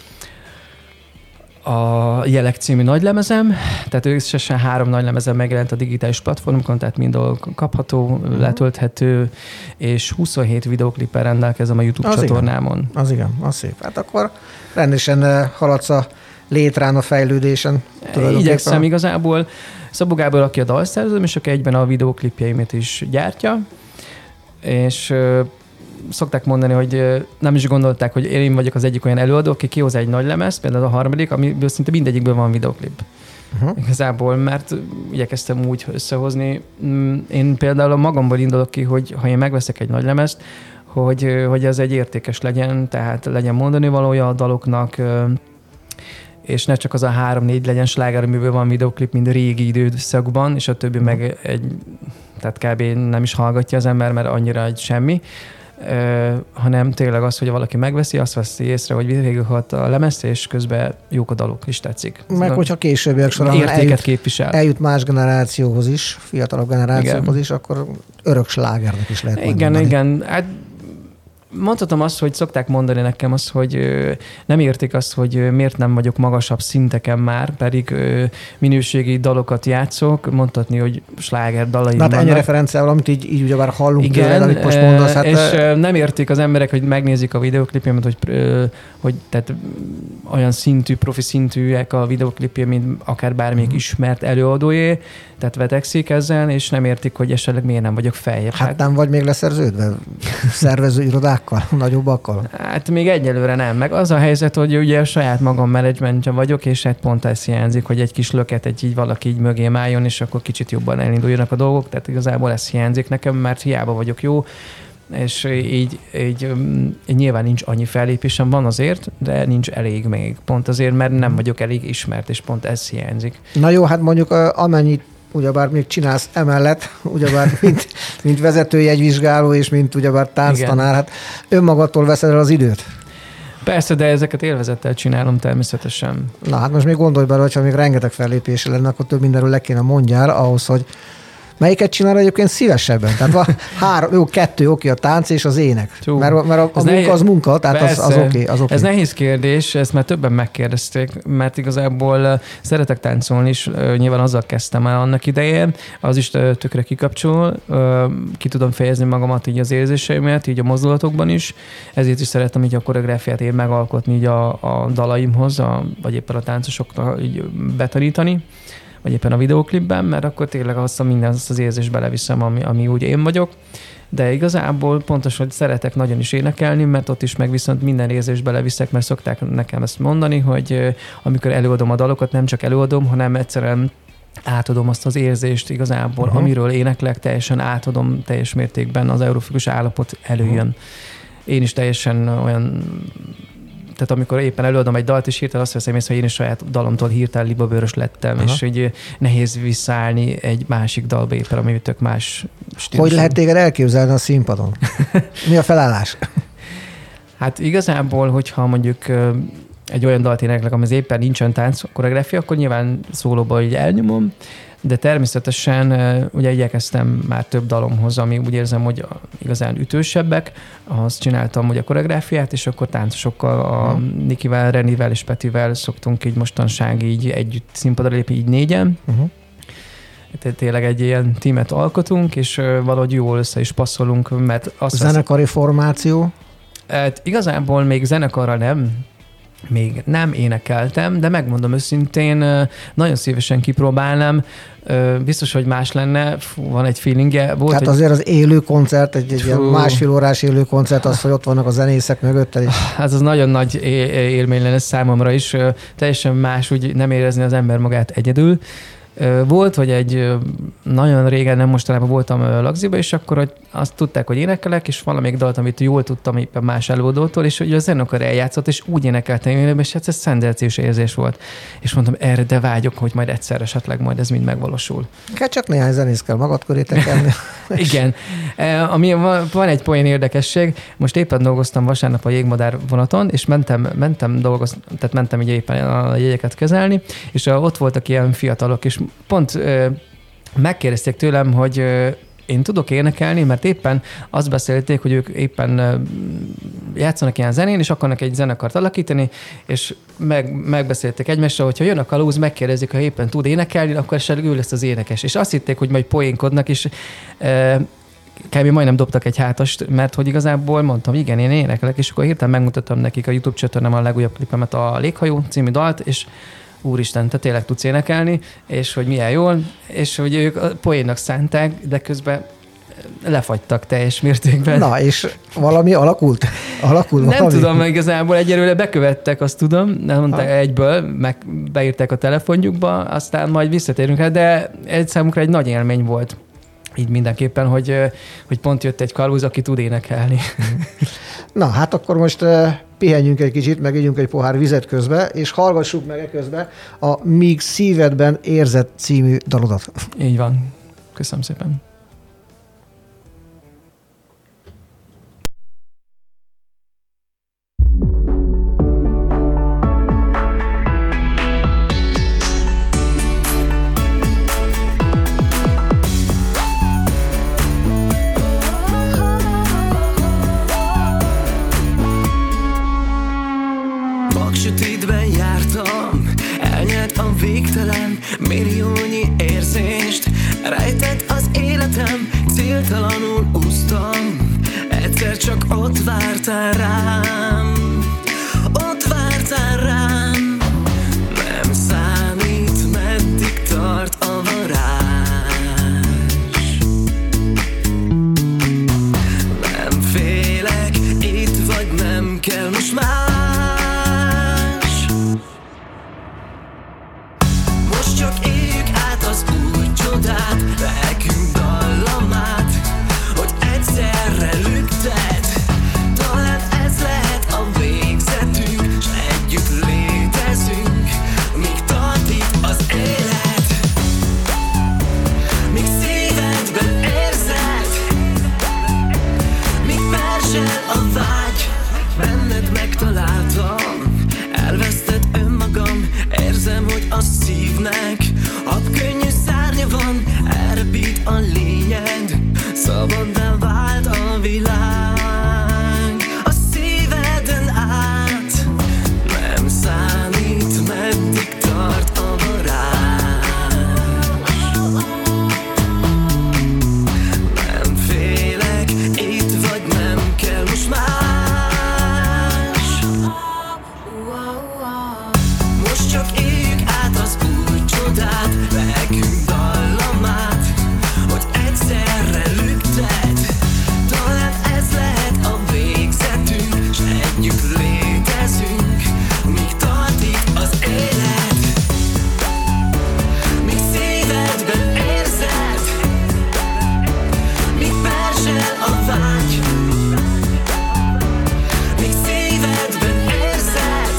Jelek című nagylemezem, tehát összesen 3 nagylemezem megjelent a digitális platformokon, tehát mindahol kapható, letölthető, és 27 videoklippel rendelkezem a YouTube csatornámon. Igen. Az igen, az szép. Hát akkor rendesen haladsz a létrán, a fejlődésen. Igyekszem igazából. Szabó Gábor, aki a dalszerzőm, és aki egyben a videoklipjeimet is gyártja, és szokták mondani, hogy nem is gondolták, hogy én vagyok az egyik olyan előadó, aki kihoz egy nagy lemez, például a harmadik, amiből szinte mindegyikből van videoklip. Igazából, mert igyekeztem úgy összehozni. Én például magamból indulok ki, hogy ha én megveszek egy nagy lemezt, hogy ez egy értékes legyen, tehát legyen mondani valója a daloknak, és ne csak az a 3-4 legyen sláger, amiből van videoklip, mint a régi időszakban, és a többi meg tehát kb. Nem is hallgatja az ember, mert annyira egy semmi, hanem tényleg az, hogy valaki megveszi, azt veszi észre, hogy végighalt a lemezt, és közben jók a dalok is tetszik. Meg hogyha későbbiek során eljut más generációhoz is, fiatalabb generációhoz is, akkor örök slágernek is lehet mondani. Igen. Hát mondhatom azt, hogy szokták mondani nekem azt, hogy nem értik azt, hogy miért nem vagyok magasabb szinteken már, pedig minőségi dalokat játszok, mondhatni, hogy sláger dalaim vannak. Hát ennyi referenciával, amit így ugyebár hallunk tőled, amit most mondasz. Hát és nem értik az emberek, hogy megnézik a videoklipjemet, hogy tehát olyan szintű, profi szintűek a videoklipje, mint akár bármelyik ismert előadójé, tehát vetekszik ezzel, és nem értik, hogy esetleg miért nem vagyok feljebb. Hát nem vagy még leszerződve szervező irodákkal? díjakkal, nagyobbakkal? Hát még egyelőre nem. Meg az a helyzet, hogy ugye a saját magam menedzsmentje vagyok, és hát pont ez hiányzik, hogy egy kis löket, így valaki így mögém álljon, és akkor kicsit jobban elinduljanak a dolgok. Tehát igazából ez hiányzik nekem, mert hiába vagyok jó, és így nyilván nincs annyi fellépésem, van azért, de nincs elég még. Pont azért, mert nem vagyok elég ismert, és pont ez hiányzik. Na jó, hát mondjuk amennyit ugyebár még csinálsz emellett, ugyebár mint vezetőjegyvizsgáló, és mint ugyebár tánctanár, hát önmagadtól veszed el az időt. Persze, de ezeket élvezettel csinálom természetesen. Na hát most még gondolj bele, hogyha még rengeteg fellépés lenne, akkor több mindenről le kéne mondjál ahhoz, hogy melyiket csinál egyébként szívesebben? Tehát kettő oké, a tánc és az ének. Mert a munka az munka, tehát az oké. Ez nehéz kérdés, ezt már többen megkérdezték, mert igazából szeretek táncolni is, nyilván azzal kezdtem el annak idején, az is tökre kikapcsol, ki tudom fejezni magamat így az érzéseimet, így a mozdulatokban is, ezért is szeretem így a koreográfiát én megalkotni így a dalaimhoz, vagy éppen a táncosoknak így betanítani, vagy éppen a videóklipben, mert akkor tényleg azt az érzést beleviszem, ami úgy én vagyok. De igazából pontos, hogy szeretek nagyon is énekelni, mert ott is meg viszont minden érzést beleviszek, mert szokták nekem ezt mondani, hogy amikor előadom a dalokat, nem csak előadom, hanem egyszerűen átadom azt az érzést igazából, amiről éneklek, teljesen átadom teljes mértékben, az euforikus állapot előjön. Én is teljesen olyan... Tehát amikor éppen előadom egy dalt, és hirtelen azt veszem észre, hogy én is saját dalomtól hirtelen libabőrös lettem, és hogy nehéz visszaállni egy másik dalba éppen, ami tök más stílusú. Hogy lehet téged elképzelni a színpadon? Mi a felállás? Hát igazából, hogyha mondjuk egy olyan dalt éneklek, ami éppen nincsen tánc koreográfia, akkor nyilván szólóba így elnyomom, de természetesen ugye igyekeztem már több dalomhoz, ami úgy érzem, hogy igazán ütősebbek, azt csináltam ugye a koreográfiát, és akkor táncosokkal, a Nikivel, Renivel és Petivel szoktunk így mostanság így együtt színpadra lépni, így négyen. Tehát tényleg egy ilyen tímet alkotunk, és valahogy jól össze is passzolunk, mert azt zenekari formáció? Hát igazából még zenekarra még nem énekeltem, de megmondom őszintén, nagyon szívesen kipróbálnám. Biztos, hogy más lenne. Van egy feelingje. Tehát azért az élő koncert, egy ilyen másfél órás élő koncert, az, hogy ott vannak a zenészek mögötted is. Hát az nagyon nagy élmény lenne számomra is. Teljesen más, úgy nem érezni az ember magát egyedül. Volt, hogy egy nagyon régen, nem mostanában voltam Lagziba, és akkor azt tudták, hogy énekelek, és valamelyik dalt, amit jól tudtam éppen más előadótól, és hogy a zenekar eljátszott, és úgy énekeltem élőben, és ez szenzációs érzés volt. És mondtam, erre de vágyok, hogy majd egyszer esetleg majd ez mind megvalósul. Hát csak néhány zenész kell magad köré tekerni. Igen. Van egy poén érdekesség. Most éppen dolgoztam vasárnap a jégmadár vonaton, és mentem így éppen a jegyeket kezelni, és ott voltak ilyen fiatalok, és pont megkérdezték tőlem, hogy én tudok énekelni, mert éppen azt beszélték, hogy ők éppen játszanak ilyen zenén, és akarnak egy zenekart alakítani, és megbeszélték egymásra, hogyha jön a kalóz, megkérdezik, ha éppen tud énekelni, akkor esetleg ő lesz az énekes. És azt hitték, hogy majd poénkodnak, és kb. Majdnem dobtak egy hátast, mert hogy igazából mondtam, igen, én énekelek, és akkor hirtelen megmutattam nekik a YouTube csatornám a legújabb klipemet, a Léghajó című dalt, és úristen, te tényleg tudsz énekelni, és hogy milyen jól, és hogy ők a poénnak szánták, de közben lefagytak teljes mértékben. Na, és valami alakult? Nem tudom, igazából egyelőre bekövettek, azt tudom, nem mondták egyből, meg beírták a telefonjukba, aztán majd visszatérünk rá, de egy számunkra egy nagy élmény volt. Így mindenképpen, hogy pont jött egy kalóz, aki tud énekelni. Na, hát akkor most pihenjünk egy kicsit, meg ígyünk egy pohár vizet közbe, és hallgassuk meg eközben a Míg szívedben érzed című dalodat. Így van. Köszönöm szépen. Sötétben jártam, elnyert a végtelen milliónyi érzést, rejtett az életem, céltalanul úsztam, egyszer csak ott vártál rám, nem számít, meddig tart a varázs, nem félek, a lényed, szabaddá vált a világ. A szíveden át nem számít, meddig tart a varázs. Nem félek, itt vagy, nem kell most más. Most csak éljük át az új csodát, lelkünk dallamát, hogy egyszerre lüktet. Talán ez lehet a végzetünk, s együtt létezünk, míg tart itt az élet. Míg szívedben érzed, míg perzsel a vágy. Míg szívedben érzed,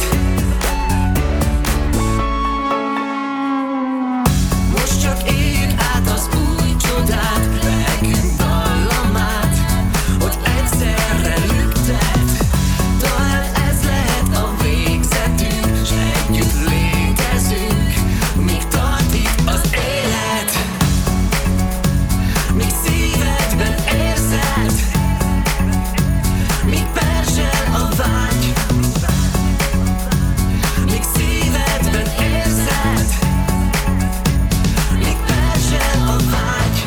most csak éljük át az új csodát, lelkünk dallamát, hogy egyszerre lüktet. Talán ez lehet a végzetünk, s együtt létezünk, míg tart itt az élet. Míg szívedben érzed, míg perzsel a vágy. Míg szívedben érzed, míg perzsel a vágy.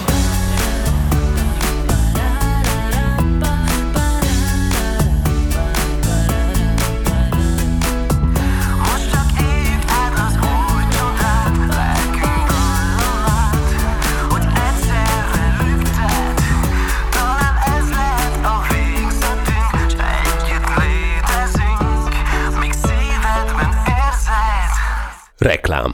Most csak éljük át az új csodát, lelkünk dallamát, hogy egyszerre lüktet. Talán ez lehet a végzetünk, s együtt létezünk, míg szívedben érzed. Reklám.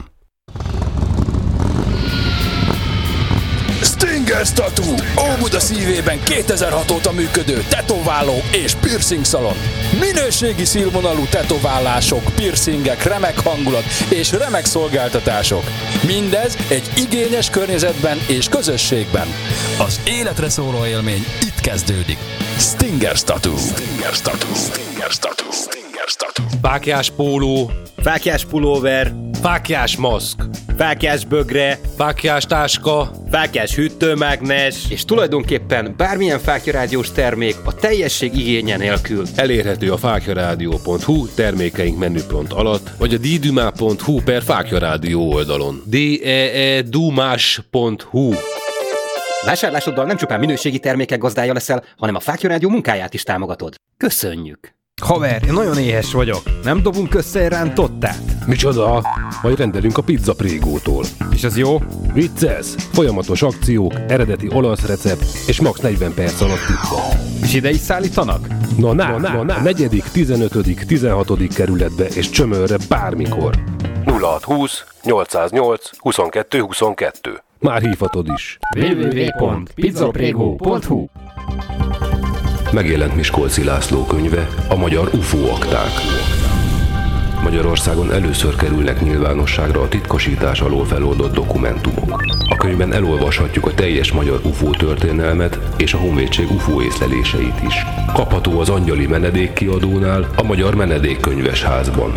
Stinger Tattoo, Óbuda szívében 2006 óta működő tetováló és piercing szalon. Minőségi színvonalú tetoválások, piercingek, remek hangulat és remek szolgáltatások. Mindez egy igényes környezetben és közösségben. Az életre szóló élmény itt kezdődik. Stinger Tattoo. Stinger Tattoo. Stinger Tattoo. Stinger Tattoo. Fáklyás póló, Fáklyás pulóver, fáklyás maszk, fáklyás bögre, fáklyás táska, fáklyás hűtőmágnes, és tulajdonképpen bármilyen fáklyaraδιós termék a teljesség igénye nélkül. elérhető a fáklyaradio.hu termékeink menüpont alatt, vagy a ddumá.hu/fáklyaradio oldalon. deedumás.hu. Vásárlásoddal nem csupán minőségi termékek gazdája leszel, hanem a Fákly Rádió munkáját is támogatod. Köszönjük! Haver, én nagyon éhes vagyok. Nem dobunk össze egy rántottát? Micsoda? Majd rendelünk a Pizza Prégótól. És az jó? Vicces! Folyamatos akciók, eredeti olasz recept és max 40 perc alatt pizza. És ide is szállítanak? Na, 4., 15., 16. kerületbe és Csömörre bármikor. 0620 808 22 22. Már hívhatod is. www.pizzaprego.hu. Megjelent Miskolci László könyve, a magyar UFO akták. Magyarországon először kerülnek nyilvánosságra a titkosítás alól feloldott dokumentumok. A könyvben elolvashatjuk a teljes magyar UFO történelmet és a Honvédség UFO észleléseit is. Kapható az Angyali Menedékkiadónál, a Magyar Menedékkönyvesházban.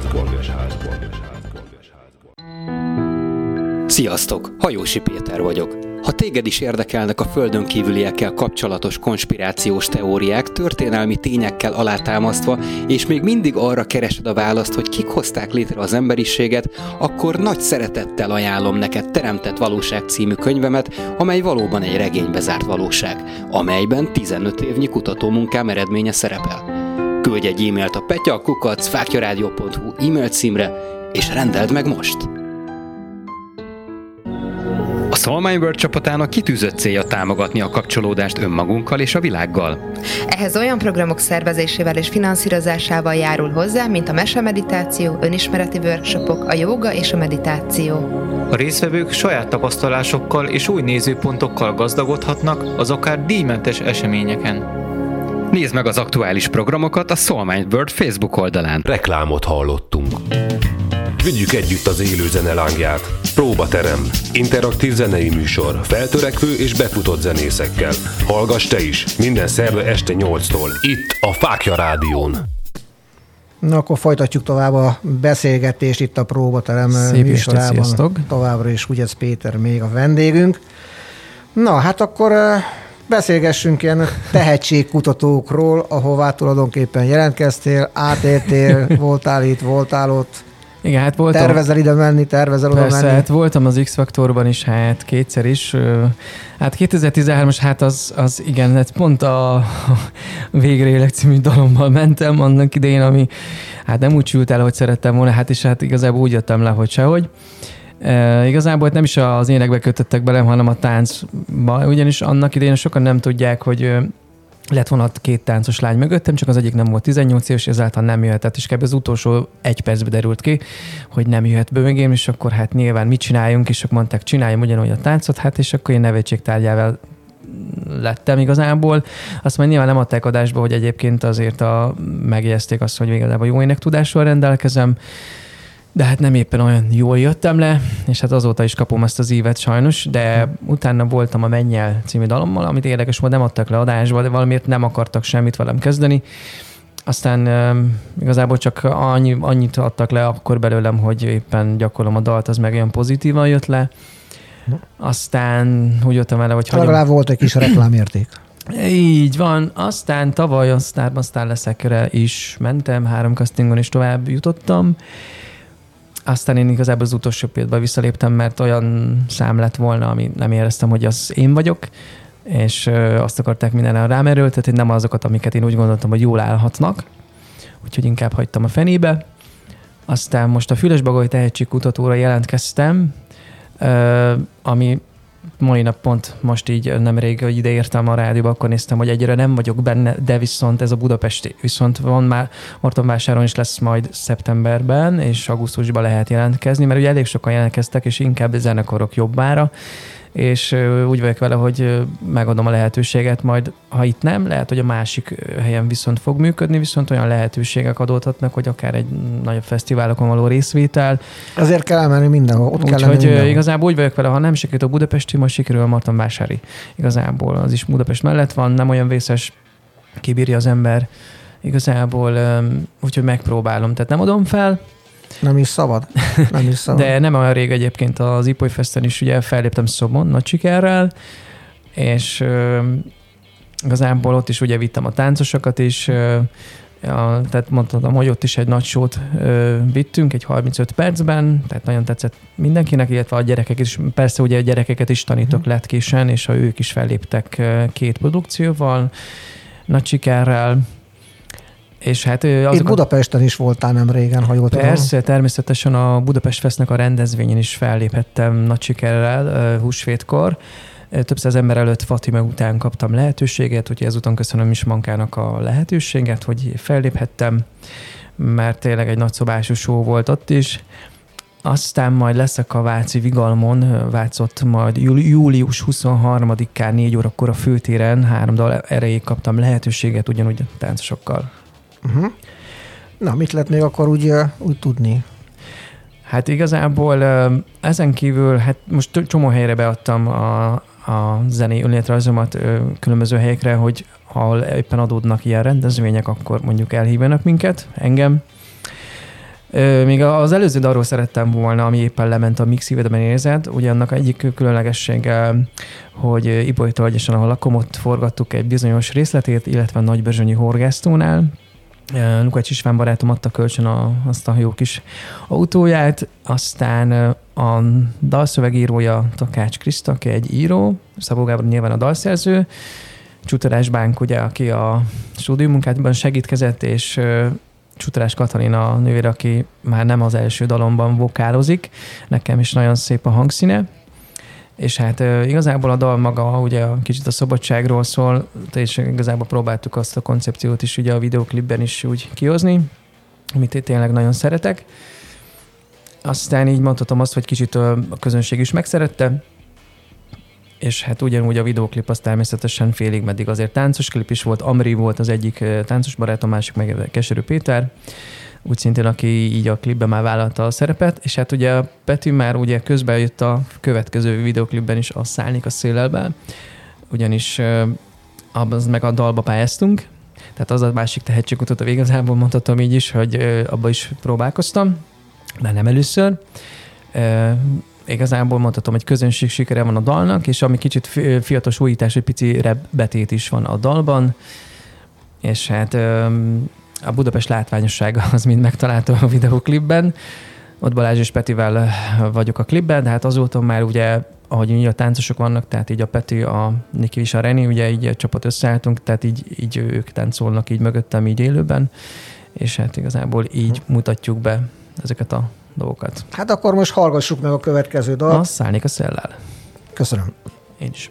Sziasztok! Hajósi Péter vagyok. Ha téged is érdekelnek a földön kívüliekkel kapcsolatos konspirációs teóriák, történelmi tényekkel alátámasztva, és még mindig arra keresed a választ, hogy kik hozták létre az emberiséget, akkor nagy szeretettel ajánlom neked Teremtett Valóság című könyvemet, amely valóban egy regénybe zárt valóság, amelyben 15 évnyi kutatómunkám eredménye szerepel. Küldj egy e-mailt a petya@fáklyaradio.hu e-mail címre, és rendeld meg most! A Soulmind World csapatának kitűzött célja támogatni a kapcsolódást önmagunkkal és a világgal. Ehhez olyan programok szervezésével és finanszírozásával járul hozzá, mint a mesemeditáció, önismereti workshopok, a jóga és a meditáció. A résztvevők saját tapasztalásokkal és új nézőpontokkal gazdagodhatnak az akár díjmentes eseményeken. Nézd meg az aktuális programokat a Soulmind World Facebook oldalán. Reklámot hallottunk. Vigyük együtt az élő zene lángját. Próbaterem. Interaktív zenei műsor. Feltörekvő és befutott zenészekkel. Hallgass te is. Minden szerda este 8-tól. Itt a Fákly Rádión. Na, akkor folytatjuk tovább a beszélgetést itt a Próbaterem Szép műsorában. este, sziasztok. Továbbra is Ugyec Péter még a vendégünk. Na, hát akkor beszélgessünk ilyen tehetségkutatókról, ahová tulajdonképpen jelentkeztél, átéltél, voltál itt, voltál ott. Igen, hát voltam. Tervezel ide menni, tervezel oda Persze, menni. hát voltam az X-Faktorban is, hát kétszer is. Hát 2013-as, hát az igen, hát pont a Végre élek című dalommal mentem annak idején, ami hát nem úgy sült el, hogy szerettem volna, hát és hát igazából úgy jöttem le, hogy sehogy. Igazából nem is az énekbe kötöttek bele, hanem a táncba, ugyanis annak idején sokan nem tudják, hogy lett volna 2 táncos lány mögöttem, csak az egyik nem volt 18 éves, ezáltal nem jöhetett, és kb. Az utolsó 1 percbe derült ki, hogy nem jöhet be mögém, és akkor hát nyilván mit csináljunk, és akkor mondták, csináljam ugyanúgy a táncot, hát és akkor én nevetségtárgyával lettem igazából. Azt majd nyilván nem adták adásba, hogy egyébként azért megjegyezték azt, hogy igazából jó énektudással rendelkezem, de hát nem éppen olyan jól jöttem le, és hát azóta is kapom ezt az ívet sajnos, de utána voltam a Mennyel című dalommal, amit érdekes volt, nem adtak le adásba, de valamiért nem akartak semmit velem kezdeni. Aztán igazából csak annyit adtak le akkor belőlem, hogy éppen gyakorlom a dalt, az meg olyan pozitívan jött le. Aztán úgy jöttem vele, hogy legalább volt egy kis reklámérték. Így van. Aztán tavaly a Sztár leszekre is mentem, 3 castingon is tovább jutottam. Aztán én igazából az utolsó pillanatban visszaléptem, mert olyan szám lett volna, ami nem éreztem, hogy az én vagyok, és azt akarták mindenre rám erőltetni, nem azokat, amiket én úgy gondoltam, hogy jól állhatnak. Úgyhogy inkább hagytam a fenébe. Aztán most a Fülösbagoly tehetségkutatóra jelentkeztem, ami mai nap pont most így nemrég, hogy ide értem a rádióba, akkor néztem, hogy egyre nem vagyok benne, de viszont ez a budapesti. Viszont van már Martonvásáron is lesz majd szeptemberben, és augusztusban lehet jelentkezni, mert ugye elég sokan jelentkeztek, és inkább zenekarok jobbára, és úgy vagyok vele, hogy megadom a lehetőséget, majd ha itt nem, lehet, hogy a másik helyen viszont fog működni, viszont olyan lehetőségek adódhatnak, hogy akár egy nagyobb fesztiválokon való részvétel. Azért kell elmenni mindenhol, ott kell lenni mindenhol. Igazából úgy vagyok vele, ha nem sikerült a budapesti, most sikerül a Martonvásári. Igazából az is Budapest mellett van, nem olyan vészes, kibírja az ember. Igazából úgyhogy megpróbálom, tehát nem adom fel. Nem is szabad. Nem is szabad. De nem olyan rég egyébként az Ipoly Festen is ugye felléptem Szobon nagy sikerrel, és igazából ott is ugye vittem a táncosokat is, tehát mondhatom, hogy ott is egy nagy sót vittünk, egy 35 percben, tehát nagyon tetszett mindenkinek, illetve a gyerekek is, persze ugye a gyerekeket is tanítok letkésen, és ők is felléptek 2 produkcióval, nagy sikerrel. És hát itt Budapesten is voltál nem régen, ha jól tudom. Persze, természetesen a Budapest Festnek a rendezvényen is felléphettem nagy sikerrel húsvétkor. Több száz ember előtt Fatima után kaptam lehetőséget, úgyhogy ezúton köszönöm is Mankának a lehetőséget, hogy felléphettem, mert tényleg egy nagyszobású show volt ott is. Aztán majd leszek a váci Vigalmon, Vácott majd július 23-án 4 órakor a főtéren 3 dal erejéig kaptam lehetőséget, ugyanúgy a táncosokkal. Uh-huh. Na, mit lehet még akkor úgy tudni? Hát igazából ezen kívül, hát most csomó helyre beadtam a zenei önéletrajzomat különböző helyekre, hogy ha éppen adódnak ilyen rendezvények, akkor mondjuk elhívjanak minket, engem. Még az előző dalról szerettem volna, ami éppen lement, a Míg szívedben érzed. Ugye annak egyik különlegessége, hogy Ipolytól, ahol lakom, ott forgattuk egy bizonyos részletét, illetve a Nagyberzsonyi horgásztónál. Lukács István barátom adta kölcsön azt a jó kis autóját, aztán a dalszövegírója Takács Kriszta, aki egy író, Szabó Gábor nyilván a dalszerző, Csutorás Bánk, ugye, aki a stúdiumunkátban segítkezett, és Csutorás Katalina nővére, aki már nem az első dalomban vokálozik, nekem is nagyon szép a hangszíne, és hát igazából a dal maga ugye kicsit a szabadságról szól, és igazából próbáltuk azt a koncepciót is ugye a videóklipben is úgy kihozni, amit én tényleg nagyon szeretek. Aztán így mondhatom azt, hogy kicsit a közönség is megszerette, és hát ugyanúgy a videóklip az természetesen félig meddig azért táncos klip is volt. Amri volt az egyik táncos barátom, másik meg Keserű Péter, úgy szintén, aki így a klipben már vállalta a szerepet, és hát ugye a Peti már ugye közben jött a következő videóklipben is a Szállnék a szélelbe, ugyanis az meg a dalba pályáztunk, tehát az a másik tehetségkutató, igazából mondhatom így is, hogy abba is próbálkoztam, de nem először, igazából mondhatom, hogy közönség sikere van a dalnak, és ami kicsit fiatos újítás, egy pici rap betét is van a dalban, és hát a Budapest látványossága az mind megtalálta a videóklipben. Ott Balázs és Petivel vagyok a klipben, de hát azóta már ugye, ahogy így a táncosok vannak, tehát így a Peti, a Niki és a Reni, ugye így egy csapat összeálltunk, tehát így ők táncolnak így mögöttem így élőben, és hát igazából így mutatjuk be ezeket a dolgokat. Hát akkor most hallgassuk meg a következő dalt. A Szállnék a szellel. Köszönöm. Én is.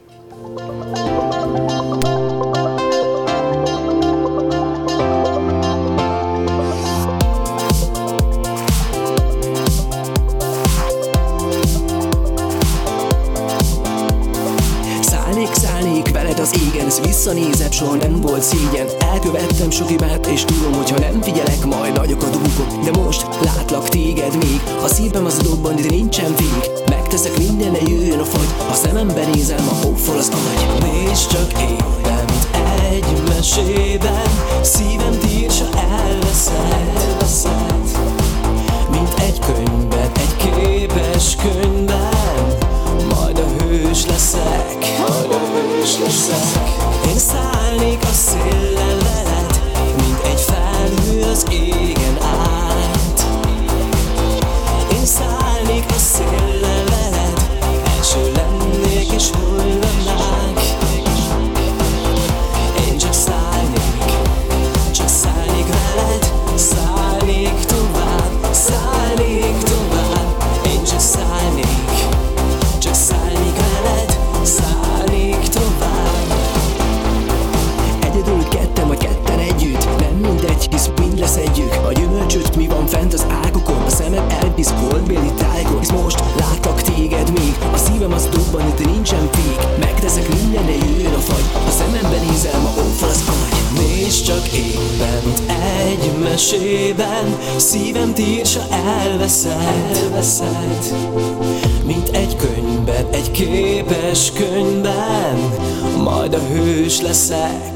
Szállnék veled az égen, ez visszanézett, soha nem volt szégyen. Elkövettem sok hibát, és tudom, hogy ha nem figyelek, majd nagyok a dugok. De most látlak téged még, a szívem az dobban, de nincsen vég. Megteszek mindenre, jöjjön a fagy, ha szemembe nézem, a hófol az agy. Nézd csak éppen, mint egy mesében, szívem tírsa elveszed. Mint egy könyvben, egy képes könyvben, majd a hős leszek. Én szállnék a széllel veled, mint egy felhő az égen át. Én szállnék a széllel veled, első lennék és hullanák. Én csak szállnék veled, szállnék tovább. Én csak szállnék veled, szállnék tovább. Egyedül ketten vagy ketten együtt, nem mindegy, hisz mind leszedjük. A gyümölcsöt mi van fent az ágokon, a szemed elvisz holdbéli tájkon. Hisz most látlak téged még, a szívem az dobban, itt nincsen fék. Megteszek mindenre, jöjjön a fagy, a szemembe nézel, ma óvol az agy. Nézd csak éppen, mint egy mesében, szívem tírsa elveszed. Mint egy könyvben, egy képes könyvben, majd a hős leszek.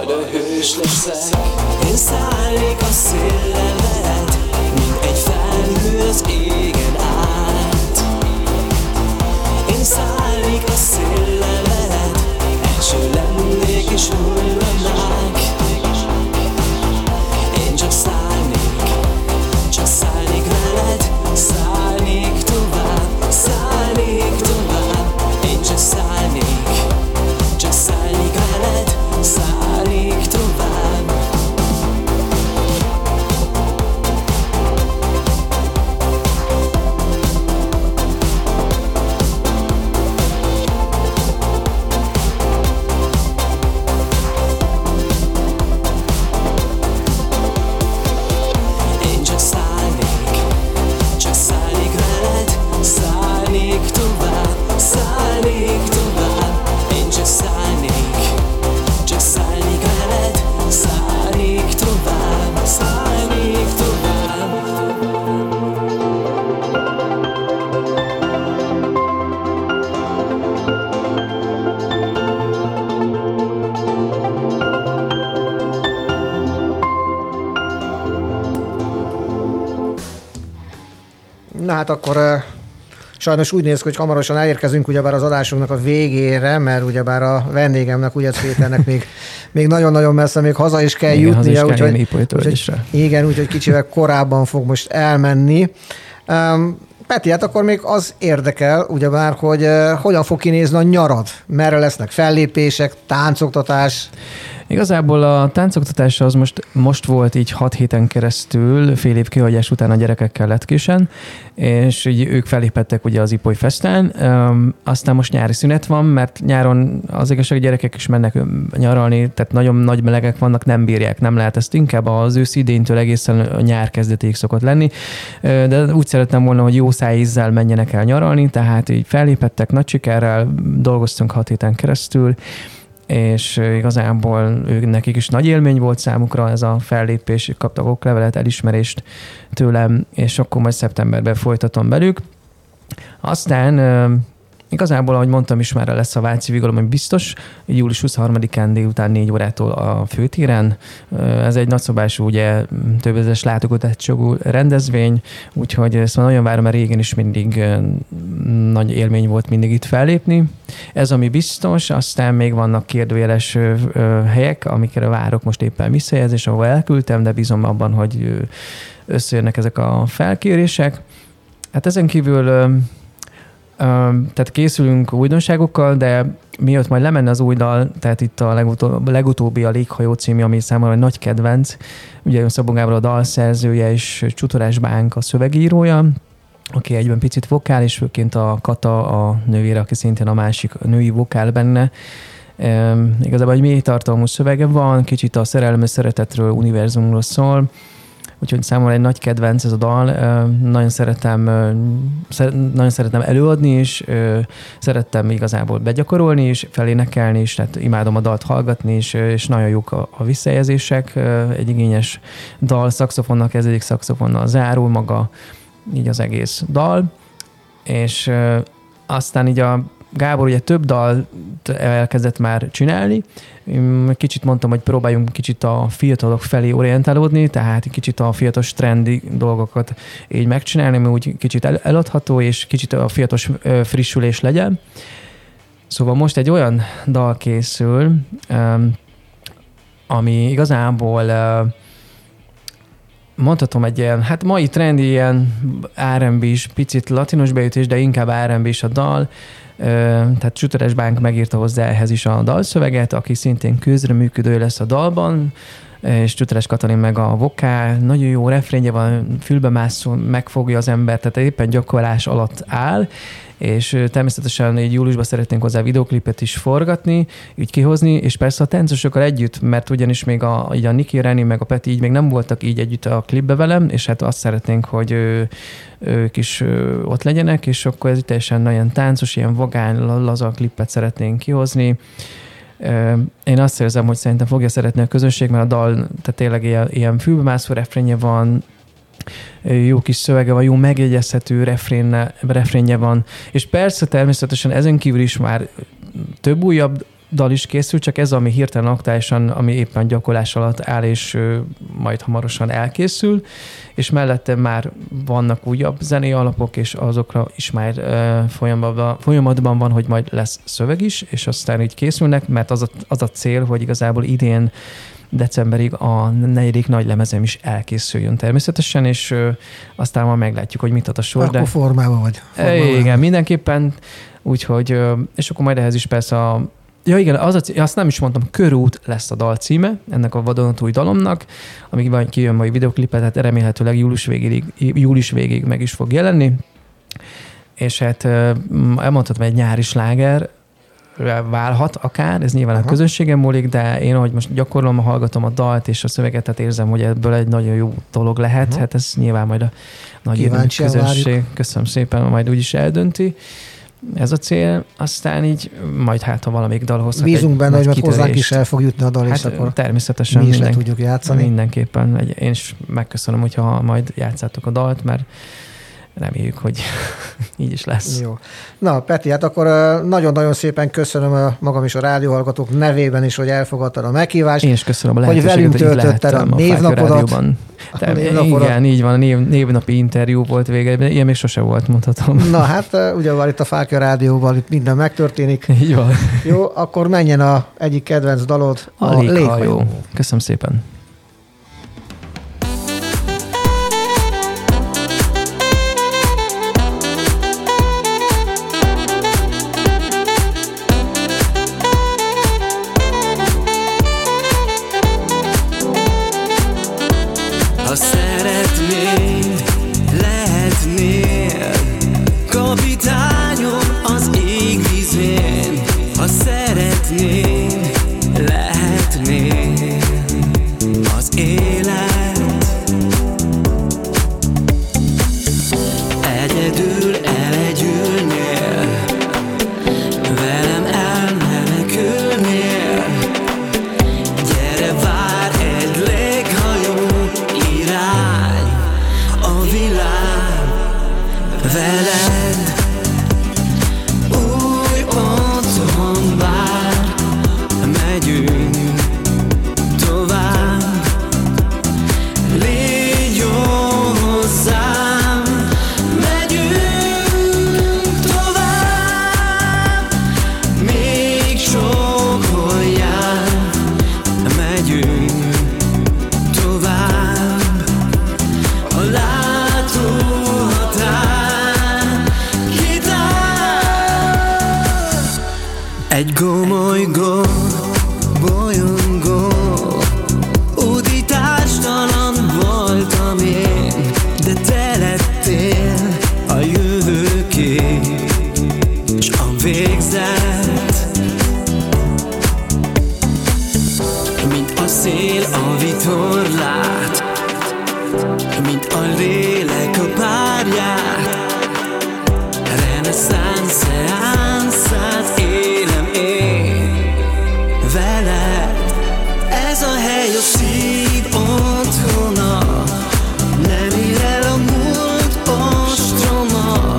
Én szállnék a széllel veled, mint egy felhő az égen át. Én szállnék a széllel veled, első lennék és hullanák. Én csak szállnék veled, szállnék tovább. Én csak szállnék veled, szállnék tovább. Én csak szállnék veled, szállnék tovább. Én csak szállnék veled, szállnék tovább. Na hát akkor sajnos úgy néz ki, hogy hamarosan elérkezünk ugyebár az adásunknak a végére, mert ugyebár a vendégemnek, Ugyac Péternek még nagyon-nagyon messze még haza is kell jutnia. Úgyhogy kicsivel korábban fog most elmenni. Peti, hát akkor még az érdekel, ugyebár, hogy hogyan fog kinézni a nyarad? Merre lesznek fellépések, táncoktatás? Igazából a táncoktatás az most volt így 6 héten keresztül, fél év kihagyás után a gyerekekkel Letkésen, és így ők felléphettek ugye az Ipoly Festen. Aztán most nyári szünet van, mert nyáron az igazság, gyerekek is mennek nyaralni, tehát nagyon nagy melegek vannak, nem bírják, nem lehet ezt, inkább az ősz idénytől egészen a nyár kezdetéig szokott lenni, de úgy szerettem volna, hogy jó szájízzel menjenek el nyaralni, tehát így felléphettek nagy sikerrel, dolgoztunk 6 héten keresztül, és igazából nekik is nagy élmény volt számukra ez a fellépés, kaptak oklevelet, elismerést tőlem, és akkor majd szeptemberben folytatom velük. Aztán igazából, ahogy mondtam is, már lesz a Váci Vigolom, ami biztos, július 23-án délután 4 órától a főtéren. Ez egy nagyszabású, ugye többezres látogatású rendezvény, úgyhogy ezt már nagyon várom, mert régen is mindig nagy élmény volt mindig itt fellépni. Ez ami biztos, aztán még vannak kérdőjeles helyek, amikre várok most éppen visszajelzés, ahol elküldtem, de bízom abban, hogy összejönnek ezek a felkérések. Hát ezen kívül tehát készülünk újdonságokkal, de miatt majd lemenne az új dal, tehát itt a legutóbbi a Léghajó című, ami számomra egy nagy kedvenc. Ugye Szabó Gábor a dalszerzője és Csutorás Bánk a szövegírója, aki egyben picit vokál, és főként a Kata a nővére, aki szintén a másik női vokál benne. Igazából egy mély tartalmú szövege van, kicsit a szerelem, szeretetről, univerzumról szól, úgyhogy számomra egy nagy kedvenc ez a dal. Nagyon szeretem előadni, és szerettem igazából begyakorolni, és felénekelni, és tehát imádom a dalt hallgatni, és nagyon jók a visszajelzések. Egy igényes dal, szaxofonnal kezdődik, szaxofonnal zárul maga így az egész dal, és aztán így a Gábor ugye több dalt elkezdett már csinálni. Kicsit mondtam, hogy próbáljunk kicsit a fiatalok felé orientálódni, tehát kicsit a fiatos trendi dolgokat így megcsinálni, ami úgy kicsit eladható, és kicsit a fiatos frissülés legyen. Szóval most egy olyan dal készül, ami igazából mondhatom egy ilyen, hát mai trendi ilyen R&B-s, picit latinos beütés, de inkább R&B-s a dal. Tehát Csutorás Bánk megírta hozzá ehhez is a dalszöveget, aki szintén közreműködő lesz a dalban, és Csutorás Katalin meg a vokál, nagyon jó refrénje van, fülbemászol, megfogja az ember, tehát éppen gyakorlás alatt áll, és természetesen így júliusban szeretnénk hozzá videoklipet is forgatni, így kihozni, és persze a táncosokkal együtt, mert ugyanis még a Niki, Reni meg a Peti így még nem voltak így együtt a klipbe velem, és hát azt szeretnénk, hogy ők is ott legyenek, és akkor ez teljesen nagyon táncos, ilyen vagány, laza klipet szeretnénk kihozni. Én azt érzem, hogy szerintem fogja szeretni a közönség, mert a dal, tehát tényleg ilyen fülbemászó refrénje van, jó kis szövege van, jó megjegyezhető refrénje van, és persze természetesen ezen kívül is már több újabb dal is készül, csak ez, ami hirtelen aktuálisan, ami éppen gyakorlás alatt áll, és majd hamarosan elkészül, és mellette már vannak újabb zenei alapok, és azokra is már folyamatban van, hogy majd lesz szöveg is, és aztán így készülnek, mert az a cél, hogy igazából idén decemberig a 4. nagy lemezem is elkészüljön természetesen, és aztán már meglátjuk, hogy mit ad a sor. Akkor formában vagy. Igen, mindenképpen, úgyhogy, és akkor majd ehhez is persze ja igen, azt nem is mondtam, Körút lesz a dal címe, ennek a vadonatúj dalomnak, amíg van kijön majd videoklipet, tehát remélhetőleg július végéig meg is fog jelenni, és hát elmondhatom, egy nyári sláger válhat akár, ez nyilván a közönségem múlik, de én, ahogy most gyakorlom, hallgatom a dalt és a szöveget, tehát érzem, hogy ebből egy nagyon jó dolog lehet, hát ez nyilván majd a nagy közönség, várjuk. Köszönöm szépen, majd úgyis eldönti. Ez a cél, aztán így majd hát, ha valamelyik dal hozhat. Bízunk benne, hogy hozzánk is el fog jutni a dal, és akkor természetesen mi is le tudjuk játszani. Mindenképpen. Én is megköszönöm, hogyha majd játszátok a dalt, mert reméljük, hogy így is lesz. Jó. Na, Peti, hát akkor nagyon-nagyon szépen köszönöm magam is a rádióhallgatók nevében is, hogy elfogadtad a meghívást. Én is köszönöm a lehetőséget, hogy velünk töltötted a névnapodat. Igen, így van, a névnapi interjú volt vége, ilyen még sose volt, mondhatom. Na hát, ugyanúgy itt a Fákja Rádióval itt minden megtörténik. Így van. Jó, akkor menjen a egyik kedvenc dalod, a Léghajó. Köszönöm szépen. veled. Egy gomolygó, bolyongó, útitárstalan voltam én, de te lettél a jövőkép és a végzet. Mint a szél a vitorlát, mint a lélek a párját, reneszánsz szeánszát élem én veled. Ez a hely a szív otthona, nem ér el a múlt ostroma.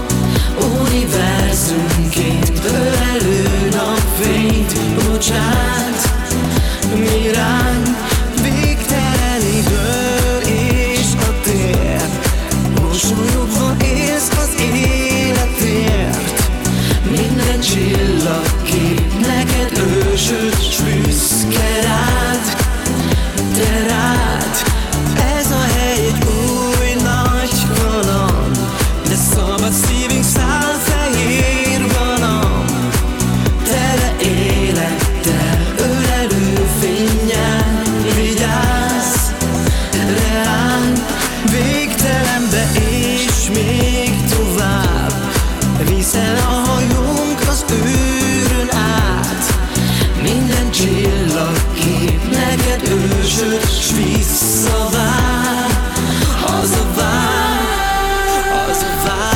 Univerzumként ölelő napfényt bocsát mi ránk, végtelen idő és a tér. Mosolyogva élsz az életért, minden csillagkép neked ősöd, s büszke rád, te rád. Ez a hely egy új nagy kaland, de szabad szívünk száll fehér galamb. Tele élettel, ölelő fénnyel, vigyázz reánk, végtelenbe és még tovább. Viszel a hajónk az űrön át, minden csillagkép neked ősöd, s visszavár, hazavár, hazavár.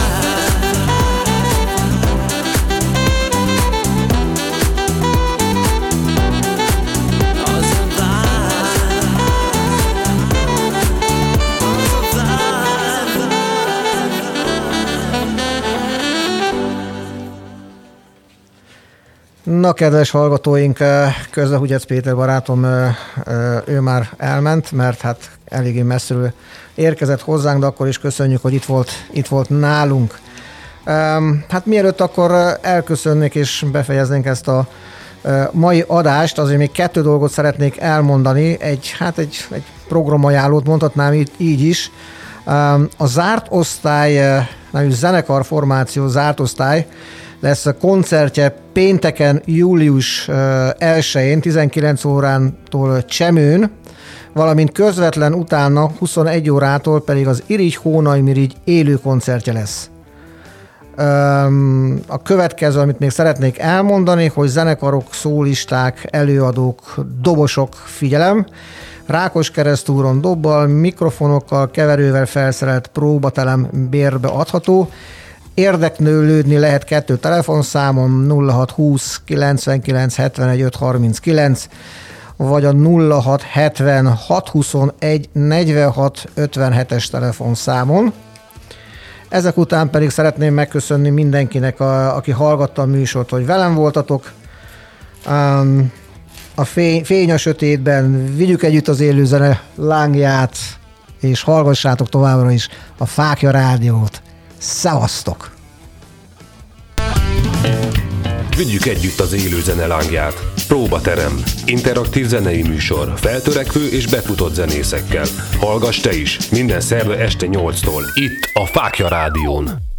Na, kedves hallgatóink, közben Hugyec Péter barátom, ő már elment, mert hát eléggé messziről érkezett hozzánk, de akkor is köszönjük, hogy itt volt nálunk. Hát mielőtt akkor elköszönnék és befejeznénk ezt a mai adást, azért még 2 dolgot szeretnék elmondani, egy programajánlót mondhatnám így is. A Zárt Osztály, nevű zenekarformáció Zárt Osztály lesz a koncertje pénteken, július 1-én, 19 órától Csemőn, valamint közvetlen utána 21 órától pedig az Irigy-Hónaj-Mirigy élő koncertje lesz. A következő, amit még szeretnék elmondani, hogy zenekarok, szólisták, előadók, dobosok, figyelem, Rákoskeresztúron dobbal, mikrofonokkal, keverővel felszerelt próbatelem bérbe adható. Érdeknőlődni lehet 2 telefonszámon, 0620 99 71 539, vagy a 0670 621 46 57-es telefonszámon. Ezek után pedig szeretném megköszönni mindenkinek, aki hallgatta a műsort, hogy velem voltatok. A fény a sötétben, vigyük együtt az élőzene lángját, és hallgassátok továbbra is a Fáklya Rádiót. Szevasztok! Vigyük együtt az élőzene lángját. Próbaterem. Interaktív zenei műsor. Feltörekvő és befutott zenészekkel. Hallgass te is. Minden szerda este 8-tól. Itt a Fáklya Rádión.